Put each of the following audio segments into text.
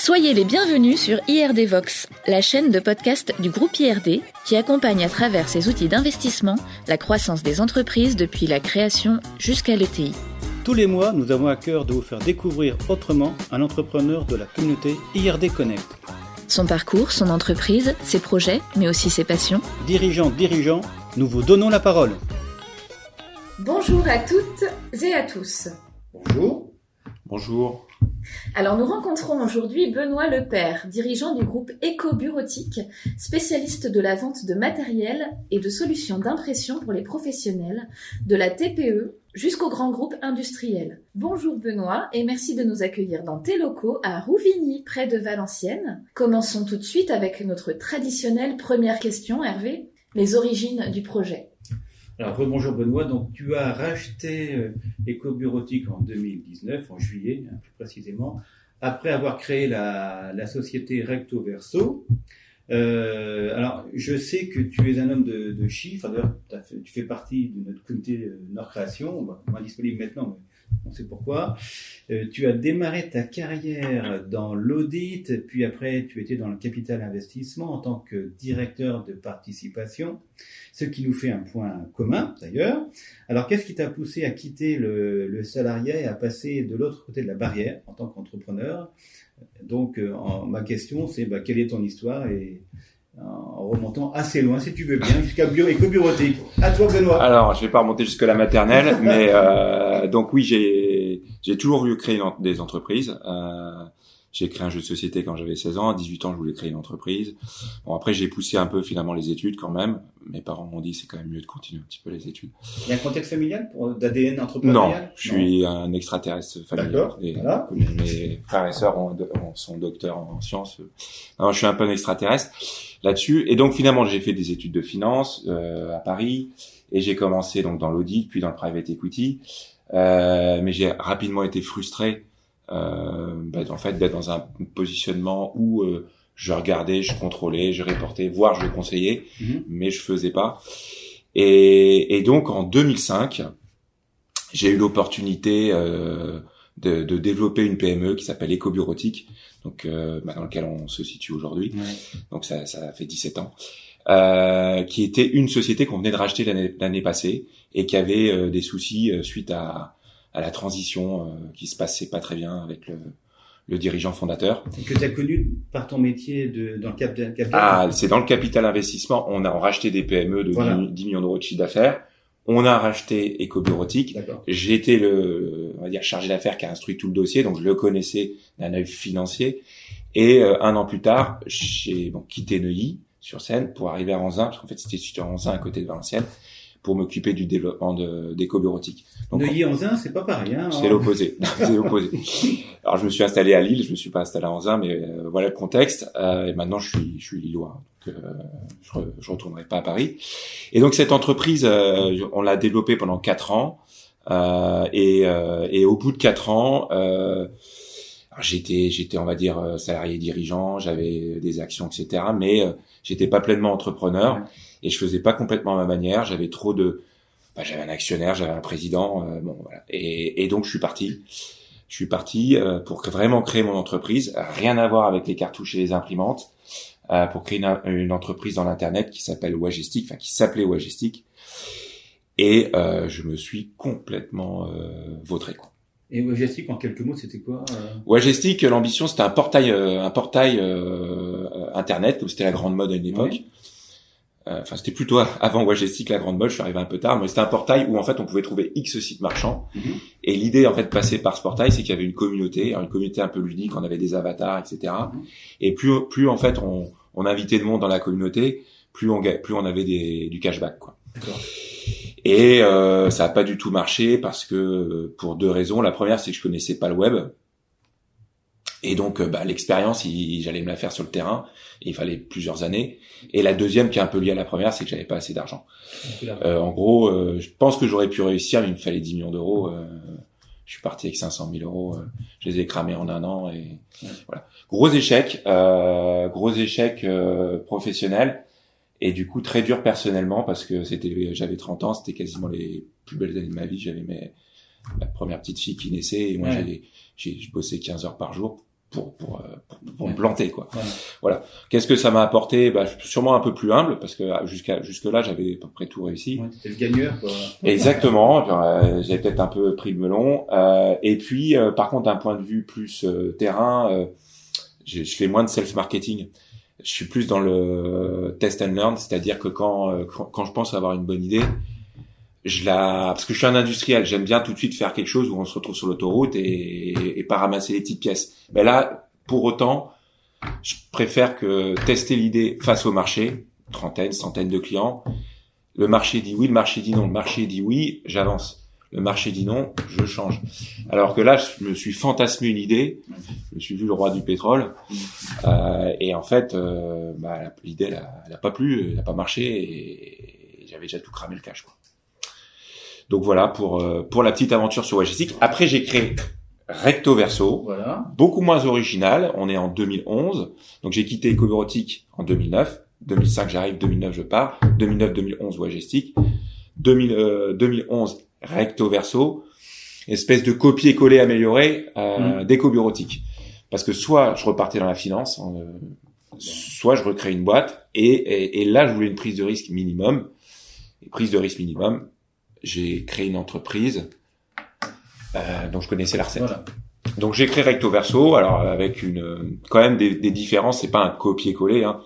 Soyez les bienvenus sur IRD Vox, la chaîne de podcast du groupe IRD qui accompagne à travers ses outils d'investissement la croissance des entreprises depuis la création jusqu'à l'ETI. Tous les mois, nous avons à cœur de vous faire découvrir autrement un entrepreneur de la communauté IRD Connect. Son parcours, son entreprise, ses projets, mais aussi ses passions. Dirigeants, nous vous donnons la parole. Bonjour à toutes et à tous. Bonjour. Bonjour. Alors nous rencontrons aujourd'hui Benoît Lepère, dirigeant du groupe Ecobureautique, spécialiste de la vente de matériel et de solutions d'impression pour les professionnels, de la TPE jusqu'aux grands groupes industriels. Bonjour Benoît et merci de nous accueillir dans tes locaux à Rouvigny, près de Valenciennes. Commençons tout de suite avec notre traditionnelle première question, Hervé, les origines du projet. Alors, rebonjour Benoît, donc tu as racheté Ecobureautique en 2019, en juillet plus précisément, après avoir créé la société Recto Verso. Alors, je sais que tu es un homme de chiffres, d'ailleurs tu fais partie de notre comité Nord Création, moins disponible maintenant, mais on sait pourquoi. Tu as démarré ta carrière dans l'audit, puis après tu étais dans le capital investissement en tant que directeur de participation, ce qui nous fait un point commun d'ailleurs. Alors qu'est-ce qui t'a poussé à quitter le salariat et à passer de l'autre côté de la barrière en tant qu'entrepreneur? Donc ma question c'est quelle est ton histoire et en remontant assez loin, si tu veux bien, jusqu'à Ecobureautique. À toi, Benoît. Alors, je vais pas remonter jusque la maternelle, mais donc oui, j'ai toujours voulu créer des entreprises. J'ai créé un jeu de société quand j'avais 16 ans. À 18 ans, je voulais créer une entreprise. Bon, après, j'ai poussé un peu finalement les études quand même. Mes parents m'ont dit c'est quand même mieux de continuer un petit peu les études. Il y a un contexte familial d'ADN entrepreneurial? Non, je suis un extraterrestre familial. D'accord. Voilà. Mes frères et sœurs sont docteurs en sciences. Non, je suis un peu un extraterrestre là-dessus. Et donc finalement, j'ai fait des études de finance à Paris et j'ai commencé donc dans l'audit, puis dans le private equity. Mais j'ai rapidement été frustré en fait d'être dans un positionnement où je regardais, je contrôlais, je reportais, voire je conseillais, mais je faisais pas. Et donc en 2005, j'ai eu l'opportunité de développer une PME qui s'appelle Ecobureautique, donc dans lequel on se situe aujourd'hui. Ouais. Donc ça fait 17 ans. Qui était une société qu'on venait de racheter l'année passée et qui avait des soucis suite à la transition qui se passait pas très bien avec le dirigeant fondateur. Que tu as connu par ton métier dans le capital. Ah, c'est dans le capital investissement. On a racheté des PME de 10 millions d'euros de chiffre d'affaires. On a racheté Ecobureautique. D'accord. J'ai été chargé d'affaires qui a instruit tout le dossier, donc je le connaissais d'un œil financier. Et un an plus tard, j'ai quitté Neuilly sur Seine pour arriver à Anzin, parce qu'en fait c'était sur Anzin à côté de Valenciennes, pour m'occuper du développement d'Ecobureautique. Neuilly-Anzin, c'est pas pareil, hein? C'est l'opposé. C'est l'opposé. Alors je me suis installé à Lille, je me suis pas installé à Anzin, mais voilà le contexte. Et maintenant je suis lillois, donc je retournerai pas à Paris. Et donc cette entreprise, on l'a développée pendant 4 ans, et au bout de 4 ans, j'étais on va dire salarié dirigeant, j'avais des actions, etc. Mais j'étais pas pleinement entrepreneur. Et je faisais pas complètement à ma manière, j'avais trop j'avais un actionnaire, j'avais un président, voilà. Et donc je suis parti pour vraiment créer mon entreprise, rien à voir avec les cartouches et les imprimantes, pour créer une entreprise dans l'internet qui s'appelait Wagestic. Et je me suis complètement vautré, quoi. Et Wagestic, en quelques mots, c'était quoi? Wagestic, l'ambition, c'était un portail internet, comme c'était la grande mode à une époque. Oui. C'était plutôt avant Wagestic, la grande mode, je suis arrivé un peu tard, mais c'était un portail où en fait on pouvait trouver X sites marchands. Et l'idée en fait de passer par ce portail, c'est qu'il y avait une communauté un peu ludique, on avait des avatars, etc. Et plus en fait on invitait de monde dans la communauté, plus on avait du cashback, quoi. D'accord. Et ça a pas du tout marché parce que pour 2 raisons. La première, c'est que je connaissais pas le web. Et donc, l'expérience, j'allais me la faire sur le terrain. Et il fallait plusieurs années. Et la deuxième, qui est un peu liée à la première, c'est que j'avais pas assez d'argent. En gros, je pense que j'aurais pu réussir, mais il me fallait 10 millions d'euros. Je suis parti avec 500 000 euros. Je les ai cramés en 1 an. Et voilà. Gros échec professionnel. Et du coup, très dur personnellement, parce que j'avais 30 ans, c'était quasiment les plus belles années de ma vie. J'avais ma première petite fille qui naissait. Et moi, je bossais 15 heures par jour me planter, quoi. Ouais. Voilà. Qu'est-ce que ça m'a apporté? Sûrement un peu plus humble, parce que jusque-là, j'avais à peu près tout réussi. Ouais, t'étais le gagneur, quoi. Exactement. J'avais peut-être un peu pris le melon. Et puis, par contre, d'un point de vue plus terrain, je fais moins de self-marketing. Je suis plus dans le test and learn, c'est-à-dire que quand je pense avoir une bonne idée, parce que je suis un industriel, j'aime bien tout de suite faire quelque chose où on se retrouve sur l'autoroute et pas ramasser les petites pièces. Mais là, pour autant, je préfère que tester l'idée face au marché, trentaine, centaine de clients. Le marché dit oui, le marché dit non. Le marché dit oui, j'avance. Le marché dit non, je change. Alors que là, je me suis fantasmé une idée, je me suis vu le roi du pétrole, et en fait, l'idée, elle a pas plu, elle a pas marché, et j'avais déjà tout cramé le cash, quoi. Donc voilà pour la petite aventure sur Wagistic. Après, j'ai créé Recto Verso, Voilà. beaucoup moins original. On est en 2011, donc j'ai quitté Ecobureautique en 2009. 2005, j'arrive. 2009, je pars. 2009-2011, Wagistic. 2011, Recto Verso, espèce de copier-coller amélioré d'Ecobureautique. Parce que soit je repartais dans la finance, soit je recrée une boîte, et là, je voulais une prise de risque minimum. Et prise de risque minimum, j'ai créé une entreprise dont je connaissais la recette. Voilà. Donc j'ai créé Recto Verso, alors avec quand même des différences, c'est pas un copier-coller, hein.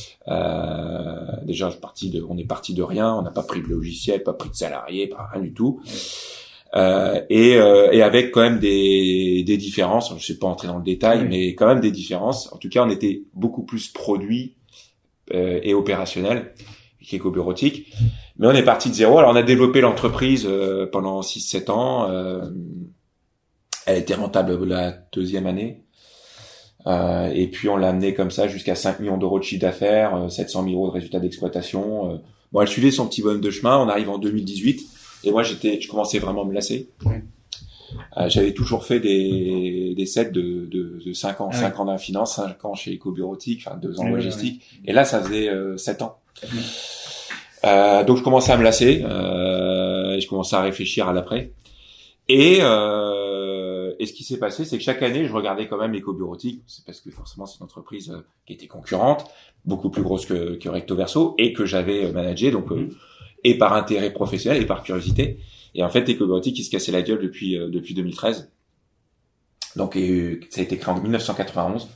Déjà on est parti de rien, on n'a pas pris de logiciel, pas pris de salariés, pas rien du tout. Et avec quand même des différences, je ne sais pas entrer dans le détail, mais quand même des différences. En tout cas, on était beaucoup plus produit et opérationnel qu'Ecobureautique. Mais on est parti de zéro. Alors on a développé l'entreprise pendant 6-7 ans. Elle était rentable la deuxième année. Et puis on l'a amené comme ça jusqu'à 5 millions d'euros de chiffre d'affaires, 700 000 euros de résultats d'exploitation. Bon, elle suivait son petit bonhomme de chemin. On arrive en 2018 et moi je commençais vraiment à me lasser. J'avais toujours fait des sets de 5 ans, 5 ans dans la finance, 5 ans chez Ecobureautique, enfin 2 ans en logistique. Et là ça faisait 7 ans. Donc je commençais à me lasser, et je commençais à réfléchir à l'après. Et ce qui s'est passé, c'est que chaque année, je regardais quand même Ecobureautique. C'est parce que forcément, c'est une entreprise qui était concurrente, beaucoup plus grosse que Recto Verso, et que j'avais managé, donc et par intérêt professionnel et par curiosité. Et en fait, Ecobureautique, il se cassait la gueule depuis 2013. Donc, ça a été créé en 1991.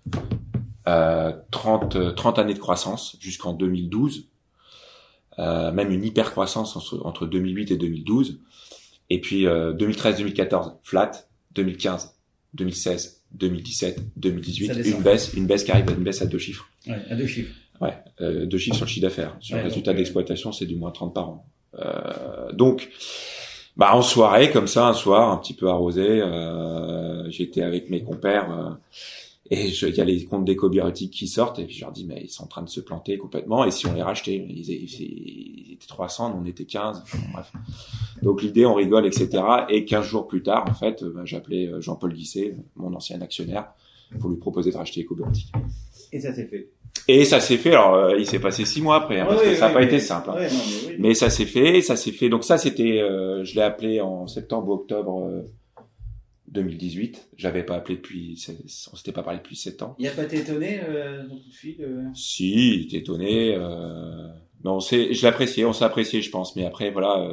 30 années de croissance jusqu'en 2012. Même une hyper croissance entre 2008 et 2012. Et puis 2013-2014 flat, 2015, 2016, 2017, 2018 une baisse qui arrive à une baisse à 2 chiffres. Ouais, à 2 chiffres. Ouais, 2 chiffres sur le chiffre d'affaires. Sur le résultat d'exploitation, c'est du moins 30 par an. Donc en soirée comme ça, un soir un petit peu arrosé, j'étais avec mes compères et il y a les comptes d'Ecobureautique qui sortent et puis je leur dis mais ils sont en train de se planter complètement et si on les rachetait, ils étaient 300, nous on était 15, bref. Donc l'idée on rigole etc. Et 15 jours plus tard en fait j'ai appelé Jean-Paul Guisset, mon ancien actionnaire, pour lui proposer de racheter Ecobureautique. Et ça s'est fait. Et ça s'est fait, alors il s'est passé 6 mois après, parce que ça n'a pas été simple. Hein. Mais ça s'est fait. Donc ça c'était, je l'ai appelé en septembre ou octobre 2018. J'avais pas appelé on s'était pas parlé depuis 7 ans. Il a pas été étonné ton coup de fil Si, il était étonné. Mais on s'est apprécié, je pense. Mais après voilà,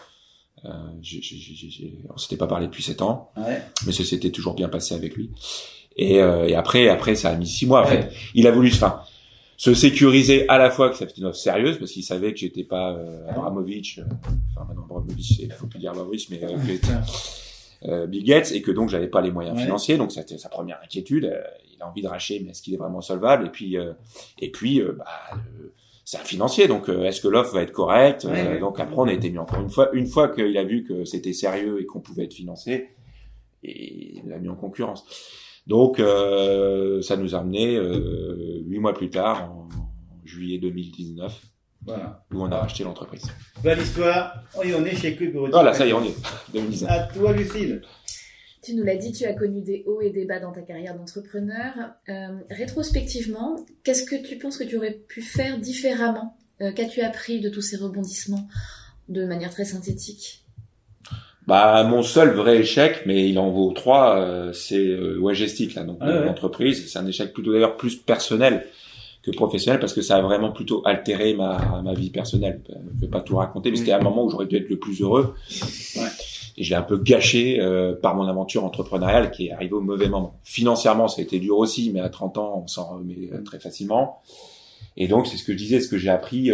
on s'était pas parlé depuis 7 ans. Ouais. Mais ça s'était toujours bien passé avec lui. Et après ça a mis 6 mois. En fait, il a voulu se sécuriser à la fois que ça fait une offre sérieuse parce qu'il savait que j'étais pas Abramovich, maintenant Abramovich, il faut plus dire Abramovich, mais Bill Gates, et que donc j'avais pas les moyens financiers. Donc c'était sa première inquiétude. Il a envie de racheter, mais est-ce qu'il est vraiment solvable? Et puis c'est un financier, donc est-ce que l'offre va être correcte? Donc après on a été mis encore une fois qu'il a vu que c'était sérieux et qu'on pouvait être financé, et il l'a mis en concurrence. Donc ça nous a amené 8 mois plus tard, en juillet 2019, voilà, où on a racheté l'entreprise. Belle histoire. Et on est chez Ecobureautique. Voilà, ça y est, on y est. 2019. À toi, Lucille. Tu nous l'as dit, tu as connu des hauts et des bas dans ta carrière d'entrepreneur. Rétrospectivement, qu'est-ce que tu penses que tu aurais pu faire différemment? Qu'as-tu appris de tous ces rebondissements de manière très synthétique? Bah, mon seul vrai échec, mais il en vaut 3, c'est Wagestic, là, donc l'entreprise. C'est un échec plutôt d'ailleurs plus personnel que professionnel, parce que ça a vraiment plutôt altéré ma vie personnelle. Je vais pas tout raconter, mais c'était un moment où j'aurais dû être le plus heureux. Ouais. Et je l'ai un peu gâché par mon aventure entrepreneuriale qui est arrivée au mauvais moment. Financièrement, ça a été dur aussi, mais à 30 ans, on s'en remet très facilement. Et donc, c'est ce que je disais, ce que j'ai appris,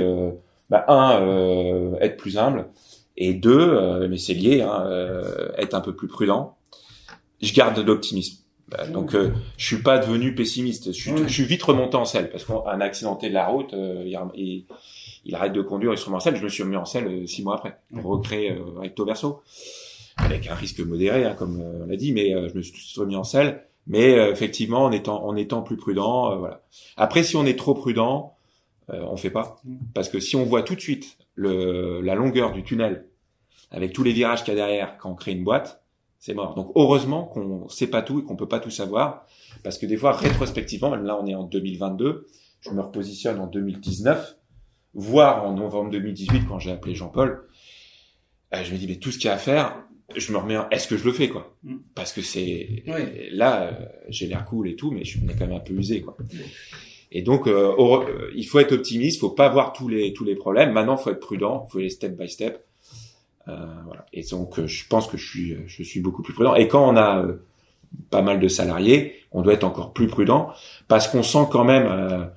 être plus humble, et 2, mais c'est lié, être un peu plus prudent. Je garde de l'optimisme. Donc, je suis pas devenu pessimiste. Je suis vite remonté en selle, parce qu'un accidenté de la route, il arrête de conduire, il se remet en selle. Je me suis remis en selle 6 mois après, pour recréer recto verso, avec un risque modéré, comme on l'a dit, mais je me suis remis en selle. Mais effectivement, en étant plus prudent, voilà. Après, si on est trop prudent, on fait pas, parce que si on voit tout de suite la longueur du tunnel avec tous les virages qu'il y a derrière quand on crée une boîte, c'est mort. Donc heureusement qu'on sait pas tout et qu'on peut pas tout savoir, parce que des fois rétrospectivement, même là on est en 2022, je me repositionne en 2019, voire en novembre 2018 quand j'ai appelé Jean-Paul, je me dis mais tout ce qu'il y a à faire, je me remets est-ce que je le fais quoi, parce que c'est là j'ai l'air cool et tout, mais on est quand même un peu usé quoi. Et donc il faut être optimiste, faut pas voir tous les problèmes. Maintenant faut être prudent, faut aller step by step. Voilà. Et donc je pense que je suis beaucoup plus prudent. Et quand on a pas mal de salariés, on doit être encore plus prudent, parce qu'on sent quand même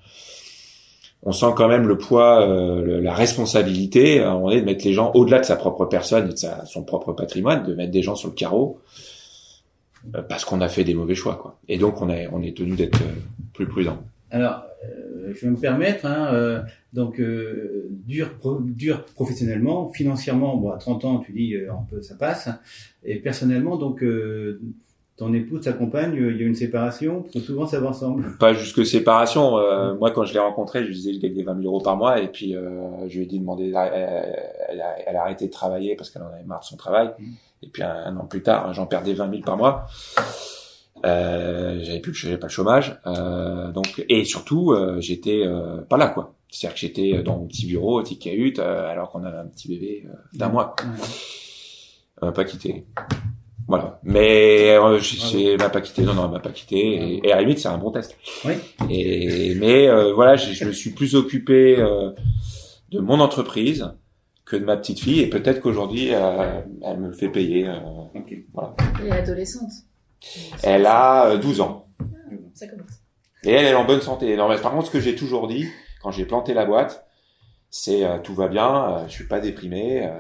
le poids, la responsabilité, on est de mettre les gens au-delà de sa propre personne et de son propre patrimoine, de mettre des gens sur le carreau, parce qu'on a fait des mauvais choix quoi. Et donc on est tenu d'être plus prudent. Alors, je vais me permettre, dur professionnellement, financièrement, bon, à 30 ans, tu dis, ça passe, et personnellement, donc, ton épouse, ta compagne, il y a une séparation, parce que souvent ça va ensemble. Pas jusque séparation, moi quand je l'ai rencontrée, je lui disais, je gagnais 20 000 euros par mois, et puis je lui ai dit demander, elle a arrêté de travailler parce qu'elle en avait marre de son travail, et puis un an plus tard, j'en perdais 20 000 par mois. J'avais pas le chômage, donc, et surtout j'étais pas là quoi. C'est-à-dire que j'étais dans mon petit bureau, petite cahute, alors qu'on avait un petit bébé d'1 mois. Elle m'a pas quitté. Voilà. Mais elle m'a pas quitté. Non, elle m'a pas quitté. Et à la limite, c'est un bon test. Oui. Mais voilà, je me suis plus occupé de mon entreprise que de ma petite fille, et peut-être qu'aujourd'hui elle me le fait payer. Okay. Voilà. Et adolescente. Elle a 12 ans. Ça commence. Et elle est en bonne santé. Non, mais par contre, ce que j'ai toujours dit, quand j'ai planté la boîte, c'est tout va bien, je suis pas déprimé.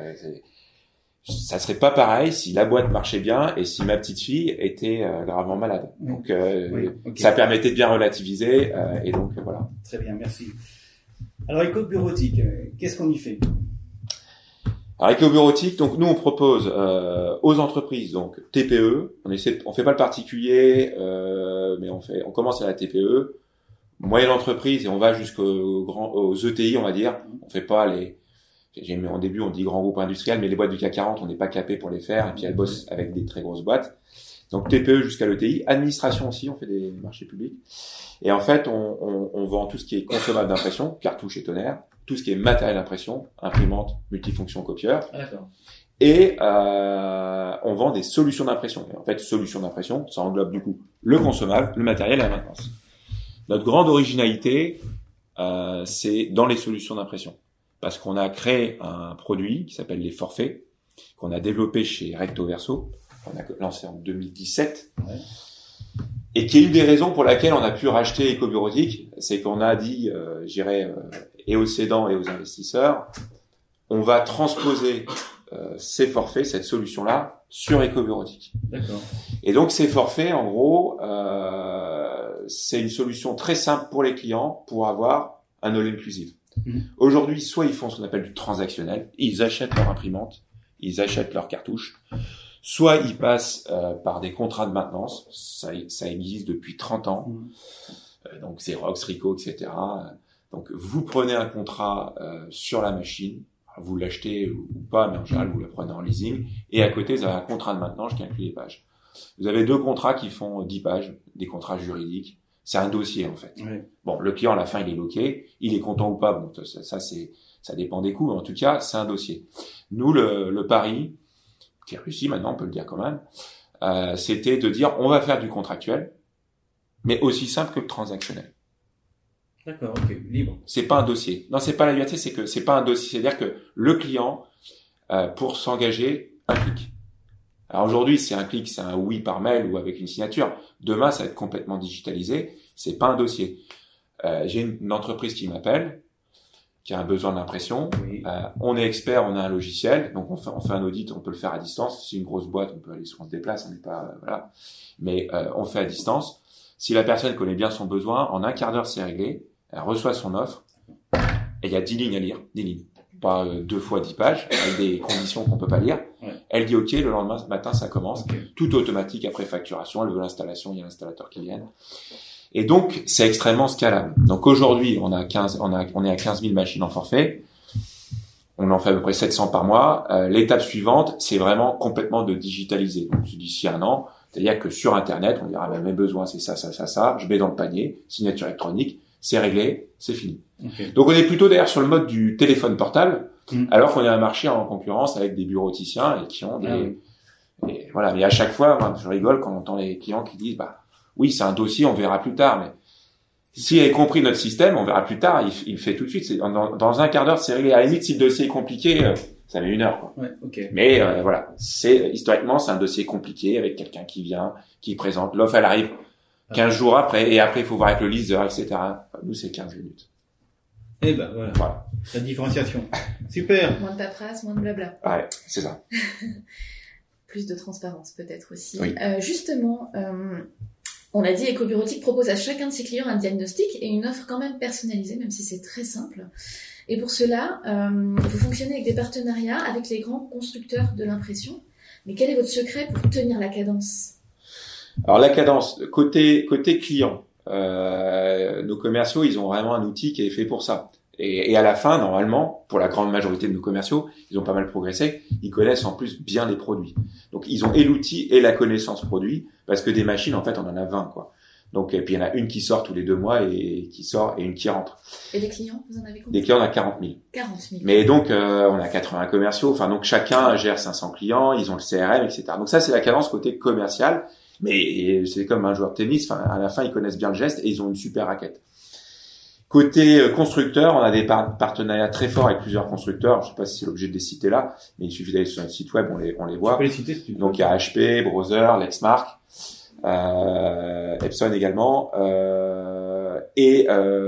Ça serait pas pareil si la boîte marchait bien et si ma petite fille était gravement malade. Donc, ça permettait de bien relativiser. Et donc, voilà. Très bien, merci. Alors, Ecobureautique, qu'est-ce qu'on y fait ? Alors, Ecobureautique, donc nous on propose aux entreprises, donc TPE, on fait pas le particulier, mais on commence à la TPE, moyenne entreprise, et on va aux ETI, on va dire. On fait pas en début on dit grands groupes industriels, mais les boîtes du CAC 40 on n'est pas capé pour les faire, et puis elles bossent avec des très grosses boîtes. Donc TPE jusqu'à l'ETI, administration aussi, on fait des marchés publics. Et en fait, on vend tout ce qui est consommable d'impression, cartouche et tonnerre, tout ce qui est matériel d'impression, imprimante, multifonction, copieur. D'accord. Et on vend des solutions d'impression. Et en fait, solutions d'impression, ça englobe du coup le consommable, le matériel et la maintenance. Notre grande originalité, c'est dans les solutions d'impression, parce qu'on a créé un produit qui s'appelle les forfaits, qu'on a développé chez Recto Verso, qu'on a lancé en 2017. Ouais. Et qui est une des raisons pour laquelle on a pu racheter Ecobureautique, c'est qu'on a dit, et aux cédants et aux investisseurs, on va transposer ces forfaits, cette solution-là, sur Ecobureautique. D'accord. Et donc ces forfaits, en gros, c'est une solution très simple pour les clients pour avoir un all inclusive. Aujourd'hui, soit ils font ce qu'on appelle du transactionnel, ils achètent leur imprimante, ils achètent leur cartouche, soit ils passent par des contrats de maintenance, ça existe depuis 30 ans, donc Xerox, Ricoh, etc. Donc vous prenez un contrat sur la machine, vous l'achetez ou pas, mais en général vous le prenez en leasing, et à côté vous avez un contrat de maintenance qui inclut les pages. Vous avez 2 contrats qui font 10 pages, des contrats juridiques, c'est un dossier en fait. Oui. Bon, le client à la fin il est loqué, il est content ou pas, bon ça dépend des coûts, mais en tout cas c'est un dossier. Nous le pari, qui est réussi maintenant, on peut le dire quand même, c'était de dire on va faire du contractuel, mais aussi simple que le transactionnel. D'accord, ok, libre. C'est pas un dossier. Non, c'est pas la liberté, c'est que c'est pas un dossier. C'est-à-dire que le client, pour s'engager, un clic. Alors aujourd'hui, c'est un clic, c'est un oui par mail ou avec une signature. Demain, ça va être complètement digitalisé. C'est pas un dossier. J'ai une entreprise qui m'appelle, qui a un besoin d'impression. Oui. On est expert, on a un logiciel, donc on fait un audit, on peut le faire à distance. C'est une grosse boîte, on peut aller, on se déplace, on n'est pas, voilà. Mais on fait à distance. Si la personne connaît bien son besoin, en un quart d'heure, c'est réglé. Elle reçoit son offre et il y a 10 lignes à lire, 10 lignes. Pas 2 fois 10 pages, avec des conditions qu'on peut pas lire. Ouais. Elle dit OK, le lendemain matin, ça commence. Okay. Tout automatique après facturation, elle veut l'installation, il y a l'installateur qui vient. Et donc, c'est extrêmement scalable. Donc aujourd'hui, on est à 15 000 machines en forfait. On en fait à peu près 700 par mois. L'étape suivante, c'est vraiment complètement de digitaliser. Donc d'ici 1 an, c'est-à-dire que sur Internet, on dira mes besoins, c'est ça, ça, ça, ça. Je mets dans le panier, signature électronique, c'est réglé, c'est fini. Okay. Donc on est plutôt d'ailleurs sur le mode du téléphone portable, alors qu'on est un marché en concurrence avec des bureauticiens et qui ont des voilà. Mais à chaque fois, moi, je rigole quand on entend les clients qui disent oui, c'est un dossier, on verra plus tard. Mais s'il avait compris notre système, on verra plus tard. Il le fait tout de suite. Dans un quart d'heure, c'est réglé. À la limite, si le dossier est compliqué, ça met 1 heure. Quoi. Ouais, okay. Mais voilà, historiquement, c'est un dossier compliqué avec quelqu'un qui vient, qui présente. L'offre, elle arrive 15 jours après, et après, il faut voir avec le leaser, etc. Nous, c'est 15 minutes. Et ben voilà. La différenciation. Super. Moins de paperasse, moins de blabla. Ouais, c'est ça. Plus de transparence peut-être aussi. Oui. Justement, on a dit Ecobureautique propose à chacun de ses clients un diagnostic et une offre quand même personnalisée, même si c'est très simple. Et pour cela, vous fonctionnez avec des partenariats avec les grands constructeurs de l'impression. Mais quel est votre secret pour tenir la cadence ? Alors la cadence, côté client, nos commerciaux, ils ont vraiment un outil qui est fait pour ça. Et à la fin, normalement, pour la grande majorité de nos commerciaux, ils ont pas mal progressé. Ils connaissent en plus bien les produits. Donc ils ont et l'outil et la connaissance produit, parce que des machines, en fait, on en a 20 quoi. Donc et puis il y en a une qui sort tous les 2 mois et qui sort et une qui rentre. Et des clients, vous en avez combien ? Des clients, on a 40 000. 40 000. Mais donc on a 80 commerciaux. Enfin donc chacun gère 500 clients, ils ont le CRM, etc. Donc ça c'est la cadence côté commercial. Mais c'est comme un joueur de tennis. Enfin à la fin ils connaissent bien le geste et ils ont une super raquette. Côté constructeur, on a des partenariats très forts avec plusieurs constructeurs. Je sais pas si c'est l'objet de les citer là, mais il suffit d'aller sur notre site web, on les voit. Tu peux les citer si tu veux. Donc il y a HP, Browser, Lexmark, Epson également, et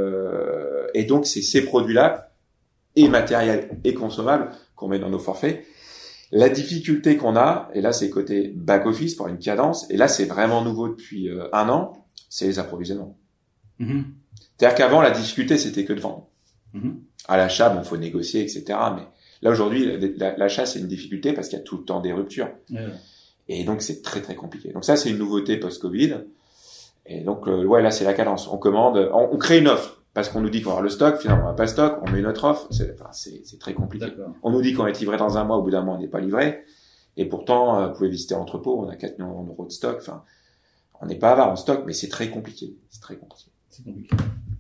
donc c'est ces produits-là, et matériels et consommables qu'on met dans nos forfaits. La difficulté qu'on a, et là c'est côté back office pour une cadence, et là c'est vraiment nouveau depuis 1 an, c'est les approvisionnements. Mm-hmm. C'est-à-dire qu'avant, la difficulté, c'était que de vendre. Mm-hmm. À l'achat, faut négocier, etc. Mais là, aujourd'hui, l'achat, c'est une difficulté parce qu'il y a tout le temps des ruptures. Ouais. Et donc, c'est très, très compliqué. Donc ça, c'est une nouveauté post-Covid. Et donc, là, c'est la cadence. On commande, on crée une offre parce qu'on nous dit qu'on va avoir le stock. Finalement, on n'a pas le stock. On met une autre offre. C'est très compliqué. D'accord. On nous dit qu'on va être livré dans 1 mois. Au bout d'1 mois, on n'est pas livré. Et pourtant, vous pouvez visiter l'entrepôt. On a 4 millions d'euros de stock. Enfin, on n'est pas avare en stock, mais c'est très compliqué. C'est très compliqué. C'est compliqué.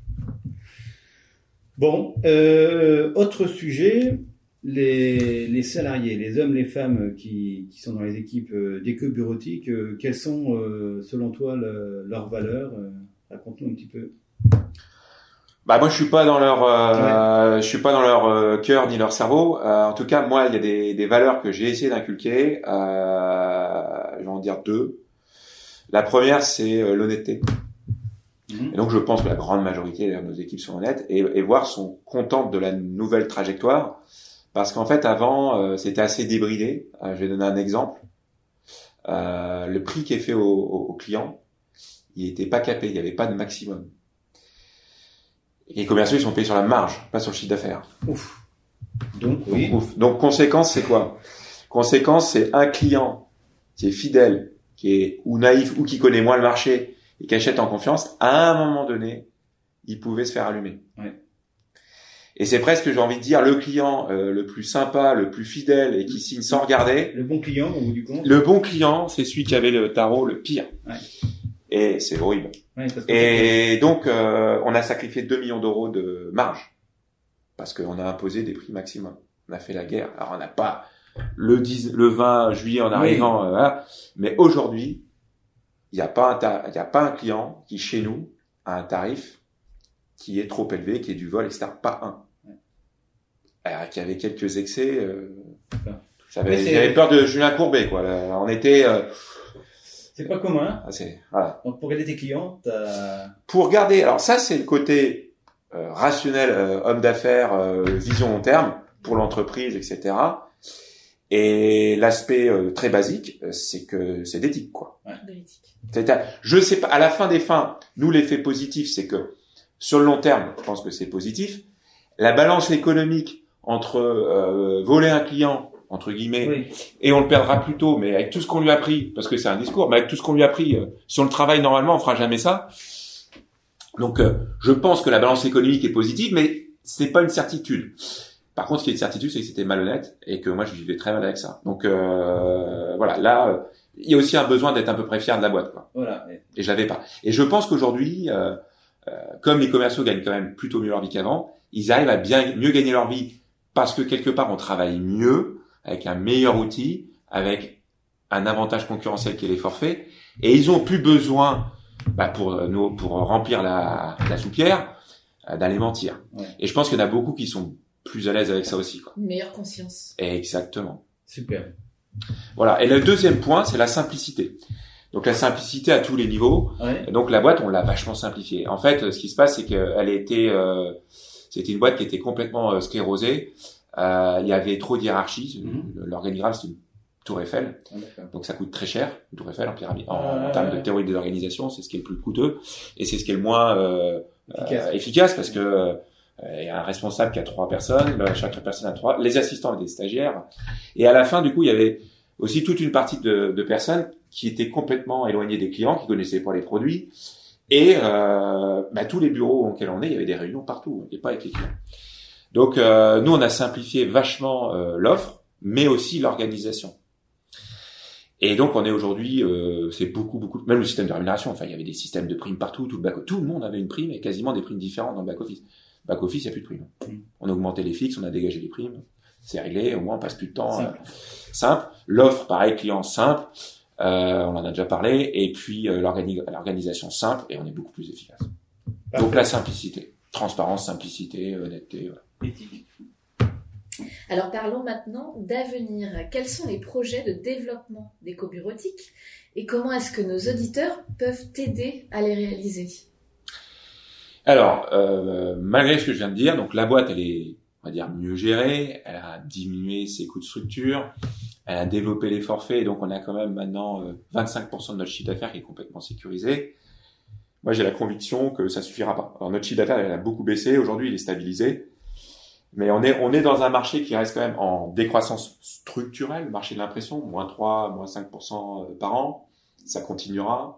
Bon, autre sujet, les salariés, les hommes, les femmes qui sont dans les équipes d'Ecobureautique, quelles sont, selon toi, leurs valeurs ? Raconte-nous un petit peu. Moi, je suis pas dans leur, je suis pas dans leur cœur ni leur cerveau. En tout cas, moi, il y a des valeurs que j'ai essayé d'inculquer. Je vais en dire 2. La première, c'est l'honnêteté. Et donc, je pense que la grande majorité de nos équipes sont honnêtes et voire sont contentes de la nouvelle trajectoire. Parce qu'en fait, avant, c'était assez débridé. Je vais donner un exemple. Le prix qui est fait aux clients, il était pas capé. Il n'y avait pas de maximum. Et les commerciaux, ils sont payés sur la marge, pas sur le chiffre d'affaires. Ouf. Donc, oui. Ouf. Donc, conséquence, c'est quoi? Conséquence, c'est un client qui est fidèle, qui est ou naïf ou qui connaît moins le marché et qui achète en confiance, à un moment donné, il pouvait se faire allumer. Ouais. Et c'est presque, j'ai envie de dire, le client le plus sympa, le plus fidèle et qui signe sans regarder. Le bon client, au bout du compte. Le bon client, c'est celui qui avait le tarot le pire. Ouais. Et c'est horrible. Ouais, parce que Et donc, on a sacrifié 2 millions d'euros de marge parce qu'on a imposé des prix maximum. On a fait la guerre. Alors, on n'a pas le 20 juillet en arrivant, voilà. Mais aujourd'hui, il n'y a pas un client qui, chez nous, a un tarif qui est trop élevé, qui est du vol, etc. Pas un. Alors, qu'il y avait quelques excès, j'avais peur de Julien Courbet, quoi. Là, on était, c'est pas commun. Voilà. Donc, pour garder tes clients, pour garder, alors ça, c'est le côté, rationnel, homme d'affaires, vision long terme, pour l'entreprise, etc. Et l'aspect très basique, c'est que c'est d'éthique, quoi. Ouais, de l'éthique. Je sais pas, à la fin des fins, nous, l'effet positif, c'est que sur le long terme, je pense que c'est positif. La balance économique entre voler un client, entre guillemets, et on le perdra plus tôt, mais avec tout ce qu'on lui a pris, parce que c'est un discours, mais avec tout ce qu'on lui a pris, si on le travaille normalement, on fera jamais ça. Donc, je pense que la balance économique est positive, mais c'est pas une certitude. Par contre, ce qui est une certitude, c'est que c'était malhonnête et que moi, je vivais très mal avec ça. Donc, voilà, là, il y a aussi un besoin d'être un peu près fier de la boîte, quoi. Voilà. Et je l'avais pas. Et je pense qu'aujourd'hui, comme les commerciaux gagnent quand même plutôt mieux leur vie qu'avant, ils arrivent à bien mieux gagner leur vie parce que quelque part, on travaille mieux, avec un meilleur outil, avec un avantage concurrentiel qui est les forfaits, et ils ont plus besoin, pour remplir la soupière, d'aller mentir. Ouais. Et je pense qu'il y en a beaucoup qui sont plus à l'aise avec ça aussi, quoi. Une meilleure conscience. Exactement. Super. Voilà. Et le deuxième point, c'est la simplicité. Donc la simplicité à tous les niveaux. Ouais. Et donc la boîte, on l'a vachement simplifiée. En fait, ce qui se passe, c'est qu'elle était, c'était une boîte qui était complètement sclérosée. Il y avait trop d'hiérarchie. L'organigramme, c'était une tour Eiffel. Donc ça coûte très cher, une tour Eiffel en pyramide. En termes de théorie de l'organisation, c'est ce qui est le plus coûteux et c'est ce qui est le moins efficace parce que il y a un responsable qui a 3 personnes, chaque personne a 3, les assistants et des stagiaires. Et à la fin, du coup, il y avait aussi toute une partie de personnes qui étaient complètement éloignées des clients, qui connaissaient pas les produits. Et tous les bureaux auxquels on est, il y avait des réunions partout, et pas avec les clients. Donc, nous, on a simplifié vachement l'offre, mais aussi l'organisation. Et donc, on est aujourd'hui, c'est beaucoup, même le système de rémunération. Enfin, il y avait des systèmes de primes partout, tout le monde avait une prime et quasiment des primes différentes dans le back-office. Back-office, il n'y a plus de primes. On a augmenté les fixes, on a dégagé les primes. C'est réglé, au moins on passe plus de temps simple. L'offre, pareil, client simple, on en a déjà parlé. Et puis l'organisation simple, et on est beaucoup plus efficace. Parfait. Donc la simplicité, transparence, simplicité, honnêteté. Voilà. Éthique. Alors parlons maintenant d'avenir. Quels sont les projets de développement d'Ecobureautique et comment est-ce que nos auditeurs peuvent t'aider à les réaliser? Alors, malgré ce que je viens de dire, donc la boîte, elle est, on va dire, mieux gérée, elle a diminué ses coûts de structure, elle a développé les forfaits, et donc on a quand même maintenant 25% de notre chiffre d'affaires qui est complètement sécurisé. Moi, j'ai la conviction que ça suffira pas. Alors notre chiffre d'affaires, il a beaucoup baissé, aujourd'hui il est stabilisé, mais on est dans un marché qui reste quand même en décroissance structurelle, le marché de l'impression, -3, -5% par an, ça continuera.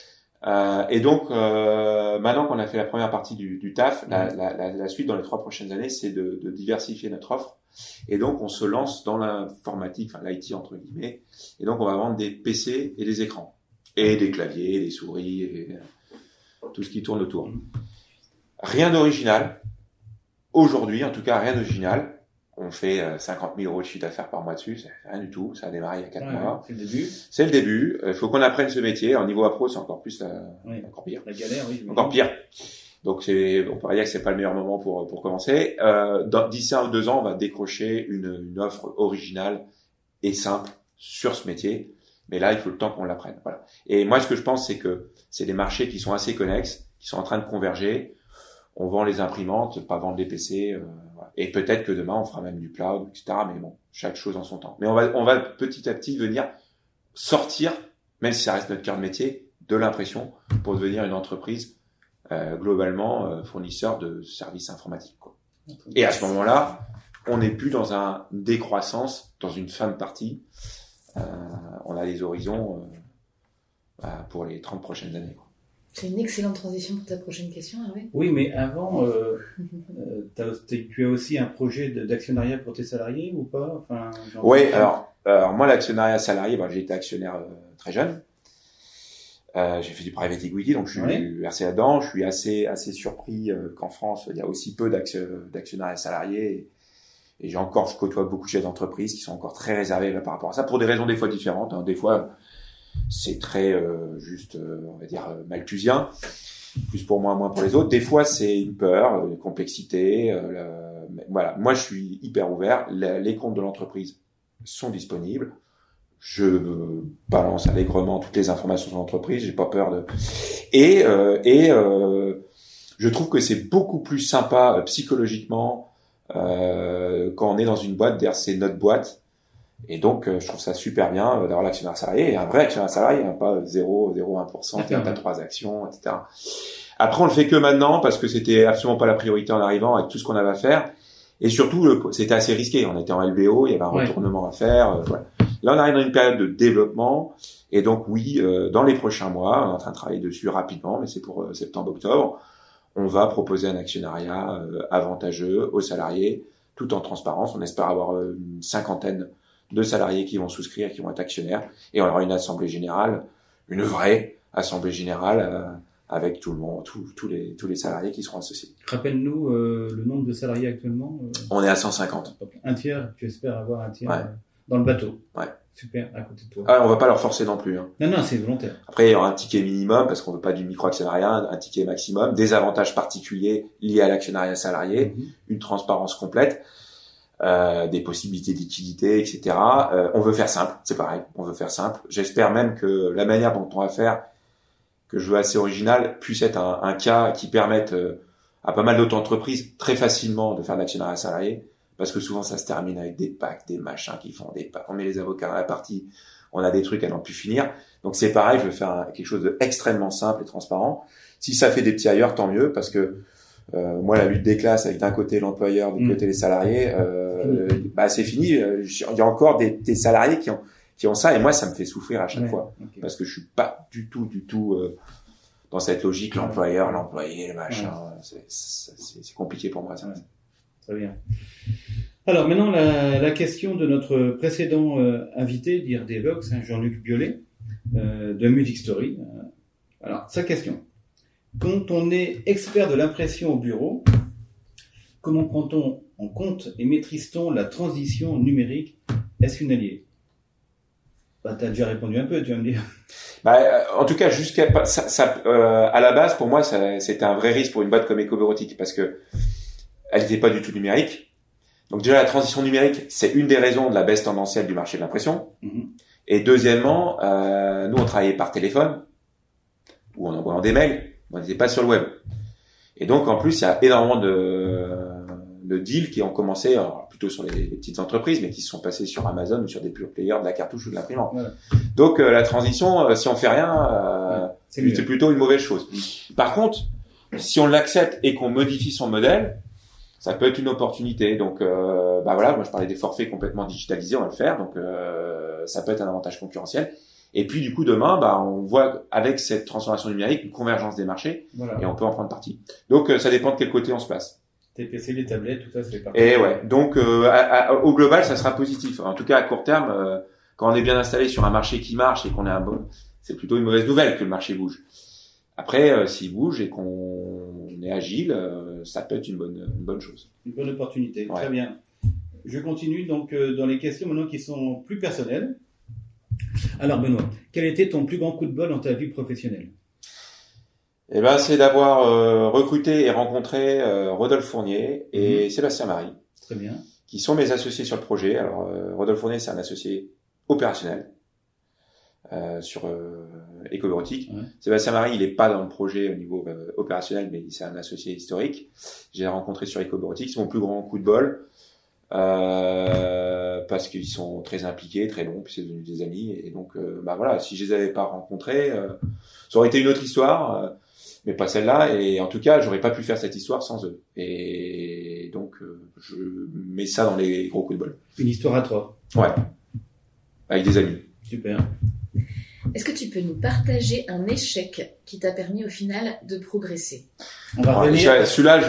Et donc, maintenant qu'on a fait la première partie du taf, la suite dans les 3 prochaines années, c'est de diversifier notre offre. Et donc, on se lance dans l'informatique, enfin l'IT entre guillemets. Et donc, on va vendre des PC et des écrans. Et des claviers, des souris, et tout ce qui tourne autour. Rien d'original. Aujourd'hui, en tout cas, rien d'original. On fait 50 000 euros de chiffre d'affaires par mois dessus, c'est rien du tout. Ça a démarré il y a 4 mois. C'est le début. C'est le début. Il faut qu'on apprenne ce métier. En niveau appro, c'est encore plus, encore pire. La galère, oui. Encore pire. Donc on pourrait dire que c'est pas le meilleur moment pour commencer. D'ici 1 ou 2 ans, on va décrocher une offre originale et simple sur ce métier. Mais là, il faut le temps qu'on l'apprenne. Voilà. Et moi, ce que je pense, c'est que c'est des marchés qui sont assez connexes, qui sont en train de converger. On vend les imprimantes, pas vendre les PC. Voilà. Et peut-être que demain, on fera même du cloud, etc. Mais bon, chaque chose en son temps. Mais on va petit à petit venir sortir, même si ça reste notre cœur de métier, de l'impression pour devenir une entreprise globalement fournisseur de services informatiques, quoi. Et à ce moment-là, on n'est plus dans une décroissance, dans une fin de partie. On a des horizons pour les 30 prochaines années, quoi. C'est une excellente transition pour ta prochaine question, Hervé. Oui, mais avant, tu as aussi un projet d'actionnariat pour tes salariés ou pas? Enfin, oui, alors moi, l'actionnariat salarié, j'ai été actionnaire très jeune. J'ai fait du private equity, donc je suis versé là-dedans. Je suis assez surpris qu'en France, il y a aussi peu d'actionnariat salarié Et je côtoie beaucoup de chefs d'entreprise qui sont encore très réservés par rapport à ça, pour des raisons des fois différentes. Hein. Des fois, c'est très on va dire malthusien, plus pour moi, moins pour les autres. Des fois, c'est une peur, une complexité. Voilà, moi, je suis hyper ouvert. Les comptes de l'entreprise sont disponibles. Je balance allègrement toutes les informations sur l'entreprise. J'ai pas peur de. Et je trouve que c'est beaucoup plus sympa psychologiquement quand on est dans une boîte. D'ailleurs, c'est notre boîte. Et donc, je trouve ça super bien d'avoir l'actionnaire salarié, et un vrai actionnaire salarié, hein, pas 0,01%, t'as 3 actions, etc. Après, on le fait que maintenant, parce que c'était absolument pas la priorité en arrivant avec tout ce qu'on avait à faire. Et surtout, c'était assez risqué. On était en LBO, il y avait un retournement à faire. Voilà. Là, on arrive dans une période de développement. Et donc, oui, dans les prochains mois, on est en train de travailler dessus rapidement, mais c'est pour septembre-octobre. On va proposer un actionnariat avantageux aux salariés, tout en transparence. On espère avoir une 50aine de salariés qui vont souscrire, qui vont être actionnaires, et on aura une assemblée générale, une vraie assemblée générale avec tout le monde, tous les salariés qui seront associés. Rappelle-nous le nombre de salariés actuellement. On est à 150. Donc, un tiers, tu espères avoir un tiers dans le bateau. Ouais. Super, à côté de toi. Ah, on va pas leur forcer non plus. Hein. Non, c'est volontaire. Après, il y aura un ticket minimum parce qu'on veut pas du micro-actionnariat, un ticket maximum, des avantages particuliers liés à l'actionnariat salarié, une transparence complète. Des possibilités de liquidité, etc. On veut faire simple, c'est pareil, on veut faire simple. J'espère même que la manière dont on va faire, que je veux assez original, puisse être un cas qui permette à pas mal d'autres entreprises très facilement de faire de l'actionnariat salarié, parce que souvent ça se termine avec des packs, des machins qui font des packs. On met les avocats à la partie, on a des trucs à n'en plus finir. Donc c'est pareil, je veux faire quelque chose d'extrêmement simple et transparent. Si ça fait des petits ailleurs, tant mieux, parce que moi, la lutte des classes avec d'un côté l'employeur, d'un côté les salariés, c'est fini. Il y a encore des salariés qui ont ça, et moi, ça me fait souffrir à chaque fois, parce que je suis pas du tout dans cette logique l'employeur, l'employé, le machin. C'est compliqué pour moi. Ça. Très bien. Alors maintenant, la question de notre précédent invité d'IRDVox, Jean-Luc Biolay, de Music Story. Alors, sa question. Quand on est expert de l'impression au bureau, comment prend-on en compte et maîtrise-t-on la transition numérique? Est-ce une alliée? Tu as déjà répondu un peu, tu vas me dire. En tout cas, à la base, pour moi, c'était un vrai risque pour une boîte comme Ecobureautique, parce que elle n'était pas du tout numérique. Donc déjà, la transition numérique, c'est une des raisons de la baisse tendancielle du marché de l'impression. Et deuxièmement, nous, on travaillait par téléphone, ou en envoyant des mails. On n'était pas sur le web. Et donc, en plus, il y a énormément de deals qui ont commencé, alors, plutôt sur les petites entreprises, mais qui se sont passés sur Amazon ou sur des pure players de la cartouche ou de l'imprimante. Voilà. Donc, la transition, si on fait rien, c'est plutôt une mauvaise chose. Par contre, si on l'accepte et qu'on modifie son modèle, ça peut être une opportunité. Donc, voilà, moi, je parlais des forfaits complètement digitalisés, on va le faire. Donc, ça peut être un avantage concurrentiel. Et puis du coup demain, on voit avec cette transformation numérique une convergence des marchés, et on peut en prendre parti. Donc ça dépend de quel côté on se place. Tes PC, les tablettes, tout ça, c'est parti. Et ouais, donc au global, ça sera positif. En tout cas à court terme, quand on est bien installé sur un marché qui marche et qu'on est c'est plutôt une mauvaise nouvelle que le marché bouge. Après, s'il bouge et qu'on est agile, ça peut être une bonne chose. Une bonne opportunité. Ouais. Très bien. Je continue donc dans les questions maintenant qui sont plus personnelles. Alors Benoît, quel était ton plus grand coup de bol dans ta vie professionnelle? C'est d'avoir recruté et rencontré Rodolphe Fournier et Sébastien Marie. Très bien. Qui sont mes associés sur le projet. Alors Rodolphe Fournier, c'est un associé opérationnel sur Ecobureautique. Ouais. Sébastien Marie, il est pas dans le projet au niveau opérationnel, mais c'est un associé historique. J'ai rencontré sur Ecobureautique. C'est mon plus grand coup de bol. Parce qu'ils sont très impliqués, très bons, puis c'est devenu des amis, et donc voilà, si je les avais pas rencontrés, ça aurait été une autre histoire, mais pas celle-là, et en tout cas, j'aurais pas pu faire cette histoire sans eux. Et donc, je mets ça dans les gros coups de bol. Une histoire à trois. Ouais. Avec des amis. Super. Est-ce que tu peux nous partager un échec qui t'a permis au final de progresser? On va revenir. Celui-là,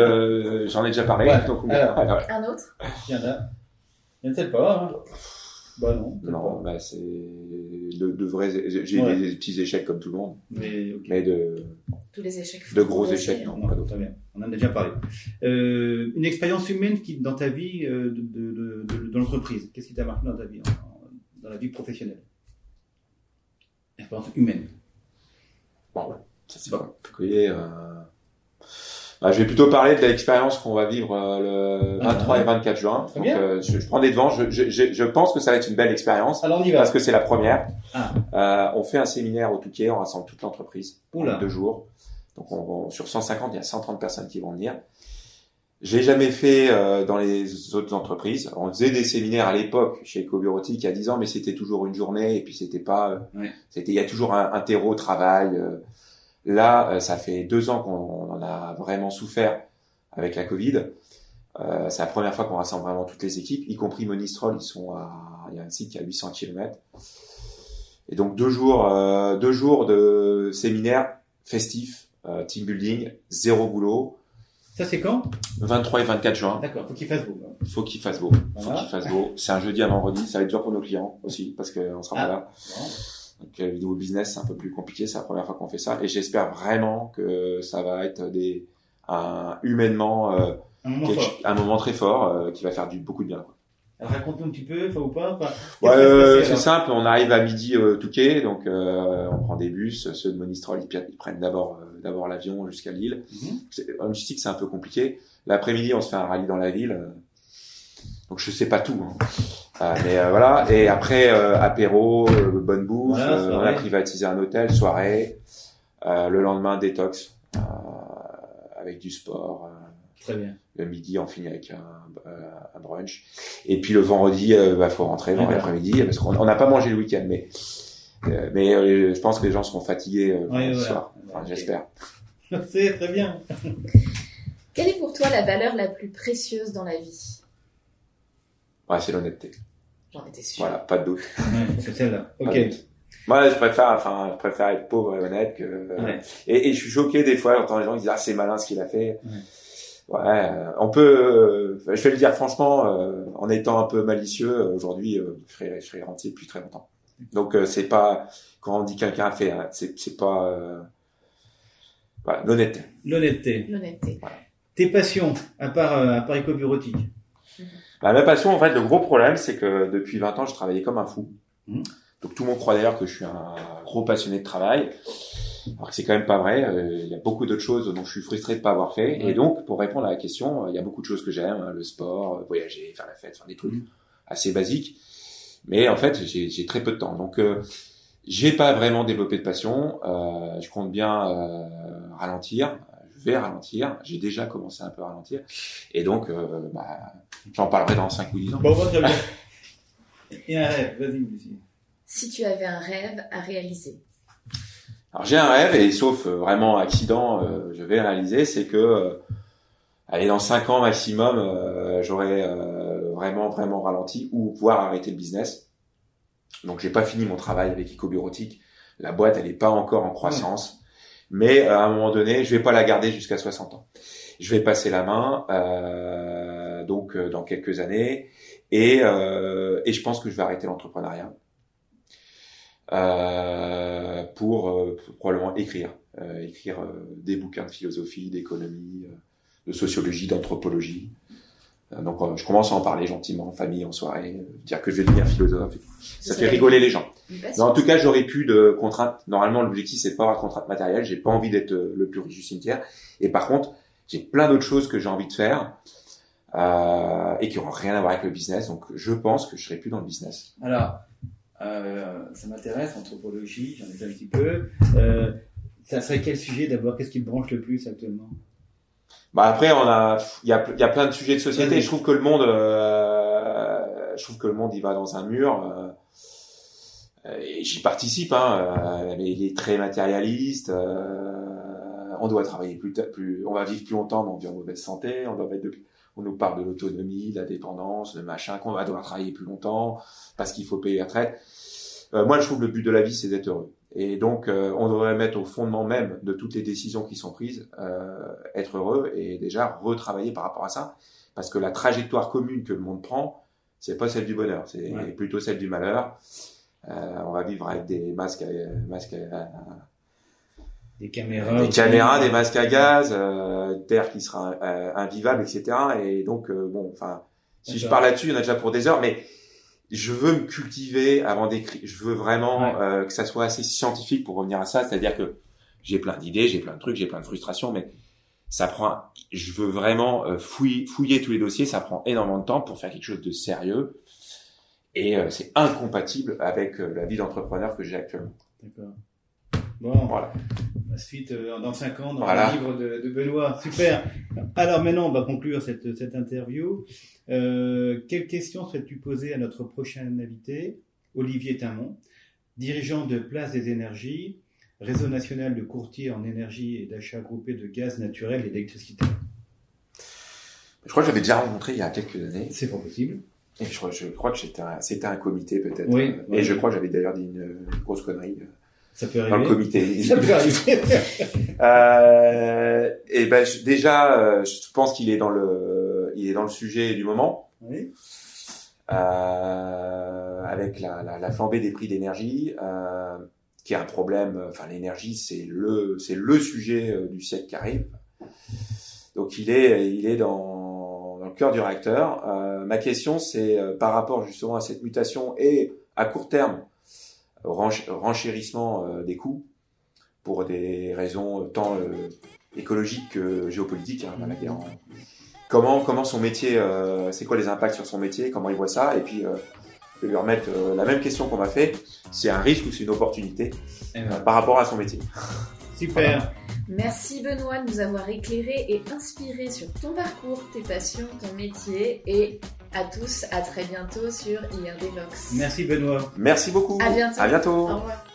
j'en ai déjà parlé. Ouais. Donc, alors, un autre? Il y en a peut-être pas. Hein. Bah non. Non, bah c'est de vrais. J'ai eu des petits échecs comme tout le monde, mais tous les échecs. De gros échecs, non, pas d'autres. Très bien. On en a déjà parlé. Une expérience humaine qui, dans ta vie de l'entreprise, qu'est-ce qui t'a marqué dans ta vie, dans la vie professionnelle? Expérience humaine. Bon, ça c'est particulier. Je vais plutôt parler de l'expérience qu'on va vivre le 23 et 24 juin. Donc, je prends des devants. Je pense que ça va être une belle expérience. Alors on y va. Parce que c'est la première. On fait un séminaire au Touquet, on rassemble toute l'entreprise. Oula. 2 jours. Donc sur 150, il y a 130 personnes qui vont venir. J'ai jamais fait dans les autres entreprises. On faisait des séminaires à l'époque chez Ecobureautique il y a 10 ans, mais c'était toujours une journée et puis c'était pas. Il y a toujours un terreau travail. Là, ça fait 2 ans qu'on en a vraiment souffert avec la Covid. C'est la première fois qu'on rassemble vraiment toutes les équipes, y compris Monistrol. Il y a un site qui est à 800 km. Et donc 2 jours de séminaire festif, team building, 0 boulot. Ça c'est quand? 23 et 24 juin. D'accord, faut qu'il fasse beau. Faut qu'il fasse beau. C'est un jeudi à vendredi. Ça va être dur pour nos clients aussi parce qu'on sera pas là. Bon. Donc, vidéo business, c'est un peu plus compliqué. C'est la première fois qu'on fait ça. Et j'espère vraiment que ça va être humainement, un moment très fort, qui va faire beaucoup de bien, quoi. Alors, raconte-nous un petit peu, ou pas? C'est simple. On arrive à midi, Touquet. Donc, on prend des bus. Ceux de Monistrol, ils prennent d'abord l'avion jusqu'à Lille. En logistique, c'est un peu compliqué. L'après-midi, on se fait un rallye dans la ville. Donc, je sais pas tout, mais voilà. Et après, apéro, bonne bouffe. On a privatisé un hôtel, soirée. Le lendemain, détox, avec du sport. Très bien. Le midi, on finit avec un brunch. Et puis le vendredi, faut rentrer dans l'après-midi parce qu'on n'a pas mangé le week-end, mais je pense que les gens seront fatigués le soir. Enfin, j'espère. C'est très bien. Quelle est pour toi la valeur la plus précieuse dans la vie? C'est l'honnêteté. J'en étais sûr. Voilà, pas de doute. C'est celle-là. Ok. Moi, je préfère être pauvre et honnête que. Et je suis choqué des fois, j'entends les gens qui disent c'est malin ce qu'il a fait. On peut. Je vais le dire franchement, en étant un peu malicieux, aujourd'hui, je serais rentier depuis très longtemps. Donc c'est pas quand on dit quelqu'un a fait, c'est pas. L'honnêteté. L'honnêteté. Voilà. Tes passions, à part Ecobureautique. Ma passion, en fait, le gros problème, c'est que depuis 20 ans, je travaillais comme un fou. Donc tout le monde croit d'ailleurs que je suis un gros passionné de travail, alors que c'est quand même pas vrai. Il y a beaucoup d'autres choses dont je suis frustré de pas avoir fait. Et donc, pour répondre à la question, il y a beaucoup de choses que j'aime, le sport, voyager, faire la fête, faire des trucs assez basiques. Mais en fait, j'ai très peu de temps. Donc, j'ai pas vraiment développé de passion. Je compte bien ralentir. Je vais ralentir. J'ai déjà commencé un peu à ralentir. Et donc, j'en parlerai dans 5 ou 10 ans. Bon, très bien. Et un rêve, vas-y, Lucie. Si tu avais un rêve à réaliser. Alors j'ai un rêve, et sauf vraiment accident, je vais le réaliser, c'est que dans 5 ans maximum, j'aurai vraiment ralenti ou voire arrêté le business. Donc j'ai pas fini mon travail avec Ecobureautique. La boîte, elle est pas encore en croissance. Mais à un moment donné, je vais pas la garder jusqu'à 60 ans. Je vais passer la main donc dans quelques années et je pense que je vais arrêter l'entrepreneuriat pour probablement écrire des bouquins de philosophie, d'économie, de sociologie, d'anthropologie. Donc je commence à en parler gentiment en famille, en soirée, dire que je vais devenir philosophe. Ça fait rigoler les gens. Mais en tout cas, j'aurais plus de contraintes. Normalement, l'objectif, c'est de pas avoir de contraintes matérielles. J'ai pas envie d'être le plus riche du cimetière. Et par contre, j'ai plein d'autres choses que j'ai envie de faire et qui n'auront rien à voir avec le business. Donc, je pense que je serai plus dans le business. Alors, ça m'intéresse, anthropologie, j'en ai fait un petit peu. Ça serait quel sujet d'abord? Qu'est-ce qui te branche le plus actuellement? Après, il y a plein de sujets de société. Je trouve que le monde, il va dans un mur. Et j'y participe, il est très matérialiste. On doit travailler on va vivre plus longtemps, mais on vit en mauvaise santé. On nous parle de l'autonomie, de la dépendance, de machin, qu'on va devoir travailler plus longtemps parce qu'il faut payer la retraite. Moi, je trouve que le but de la vie, c'est d'être heureux. Et donc, on devrait mettre au fondement même de toutes les décisions qui sont prises, être heureux et déjà retravailler par rapport à ça, parce que la trajectoire commune que le monde prend, c'est pas celle du bonheur, c'est plutôt celle du malheur. On va vivre avec des masques, des caméras, des masques à gaz, terre qui sera invivable, etc. Et donc si je parle là-dessus, il y en a déjà pour des heures, mais je veux me cultiver avant d'écrire. Je veux vraiment que ça soit assez scientifique pour revenir à ça, c'est-à-dire que j'ai plein d'idées, j'ai plein de trucs, j'ai plein de frustrations, mais je veux vraiment fouiller tous les dossiers, ça prend énormément de temps pour faire quelque chose de sérieux, et c'est incompatible avec la vie d'entrepreneur que j'ai actuellement. D'accord. Bon, voilà. La suite dans 5 ans dans le livre de Benoît. Super. Alors maintenant, on va conclure cette interview. Quelles questions souhaites-tu poser à notre prochain invité, Olivier Timon, dirigeant de Place des Énergies, réseau national de courtiers en énergie et d'achat groupé de gaz naturel et d'électricité? Je crois que j'avais déjà rencontré il y a quelques années. C'est pas possible. Et je crois que c'était un comité peut-être. Oui. Et je crois que j'avais d'ailleurs dit une grosse connerie. Ça peut arriver. Dans le comité. Ça peut arriver. Je pense qu'il est dans le sujet du moment. Oui. Avec la flambée des prix d'énergie, qui est un problème. Enfin, l'énergie, c'est le sujet du siècle qui arrive. Donc, il est dans le cœur du réacteur. Ma question, c'est par rapport justement à cette mutation et à court terme, renchérissement des coûts pour des raisons tant écologiques que géopolitiques, la guerre. Comment son métier, c'est quoi les impacts sur son métier, comment il voit ça, et puis je vais lui remettre la même question qu'on m'a fait, c'est un risque ou c'est une opportunité par rapport à son métier. Super. Voilà. Merci Benoît de nous avoir éclairé et inspiré sur ton parcours, tes passions, ton métier, et à tous, à très bientôt sur IRD Vox. Merci Benoît. Merci beaucoup. À bientôt. À bientôt. Au revoir.